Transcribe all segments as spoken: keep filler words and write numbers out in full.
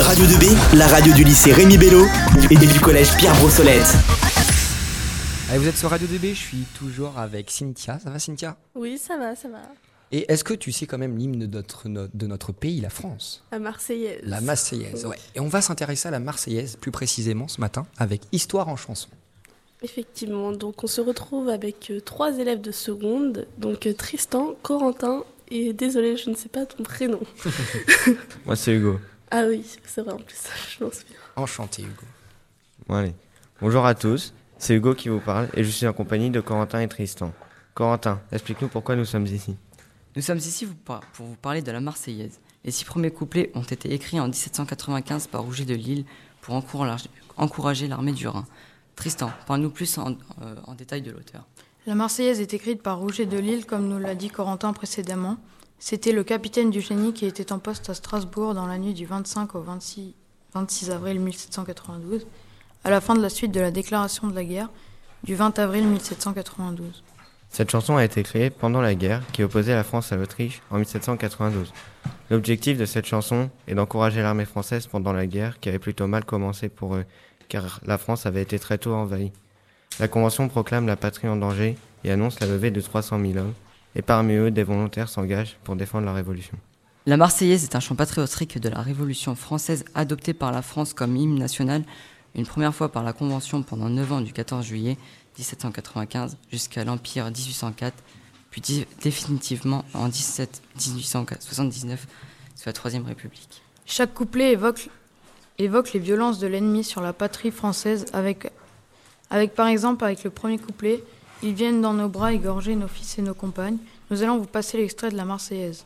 Radio deux B, la radio du lycée Rémi Bello et du collège Pierre Brossolette. Allez, vous êtes sur Radio deux B, je suis toujours avec Cynthia. Ça va, Cynthia? Oui, ça va, ça va. Et est-ce que tu sais quand même l'hymne de notre, de notre pays, la France? La Marseillaise. La Marseillaise, ouais. Et on va s'intéresser à la Marseillaise plus précisément ce matin avec Histoire en chanson. Effectivement, donc on se retrouve avec euh, trois élèves de seconde, donc euh, Tristan, Corentin et désolé, je ne sais pas ton prénom. Moi, c'est Hugo. Ah oui, c'est vrai en plus, je m'en souviens. Enchanté, Hugo. Bon, allez. Bonjour à tous, c'est Hugo qui vous parle et je suis en compagnie de Corentin et Tristan. Corentin, explique-nous pourquoi nous sommes ici. Nous sommes ici pour vous parler de la Marseillaise. Les six premiers couplets ont été écrits en dix-sept cent quatre-vingt-quinze par Rouget de Lille pour encourager l'armée du Rhin. Tristan, parle-nous plus en, euh, en détail de l'auteur. La Marseillaise est écrite par Rouget de Lille, comme nous l'a dit Corentin précédemment. C'était le capitaine du génie qui était en poste à Strasbourg dans la nuit du vingt-cinq au vingt-six, vingt-six avril mille sept cent quatre-vingt-douze, à la fin de la suite de la déclaration de la guerre du vingt avril mille sept cent quatre-vingt-douze. Cette chanson a été créée pendant la guerre qui opposait la France à l'Autriche en mille sept cent quatre-vingt-douze. L'objectif de cette chanson est d'encourager l'armée française pendant la guerre qui avait plutôt mal commencé pour eux, car la France avait été très tôt envahie. La Convention proclame la patrie en danger et annonce la levée de trois cent mille hommes, et parmi eux, des volontaires s'engagent pour défendre la Révolution. La Marseillaise est un chant patriotique de la Révolution française adopté par la France comme hymne national, une première fois par la Convention pendant neuf ans du quatorze juillet dix-sept cent quatre-vingt-quinze jusqu'à l'Empire dix-huit cent quatre, puis di- définitivement en dix-sept mille huit cent soixante-dix-neuf sous la Troisième République. Chaque couplet évoque, évoque les violences de l'ennemi sur la patrie française avec, avec par exemple avec le premier couplet « Ils viennent dans nos bras égorger nos fils et nos compagnes ». Nous allons vous passer l'extrait de la Marseillaise.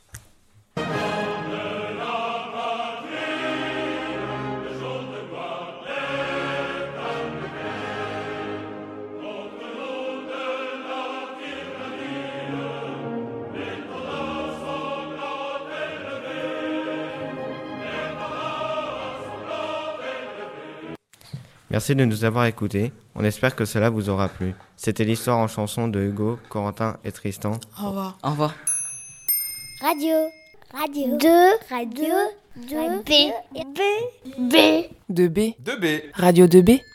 Merci de nous avoir écoutés. On espère que cela vous aura plu. C'était l'histoire en chanson de Hugo, Corentin et Tristan. Au revoir. Au revoir. Radio. Radio. deux. Radio. deux. B. B. B. deux B. deux B. Radio deux B.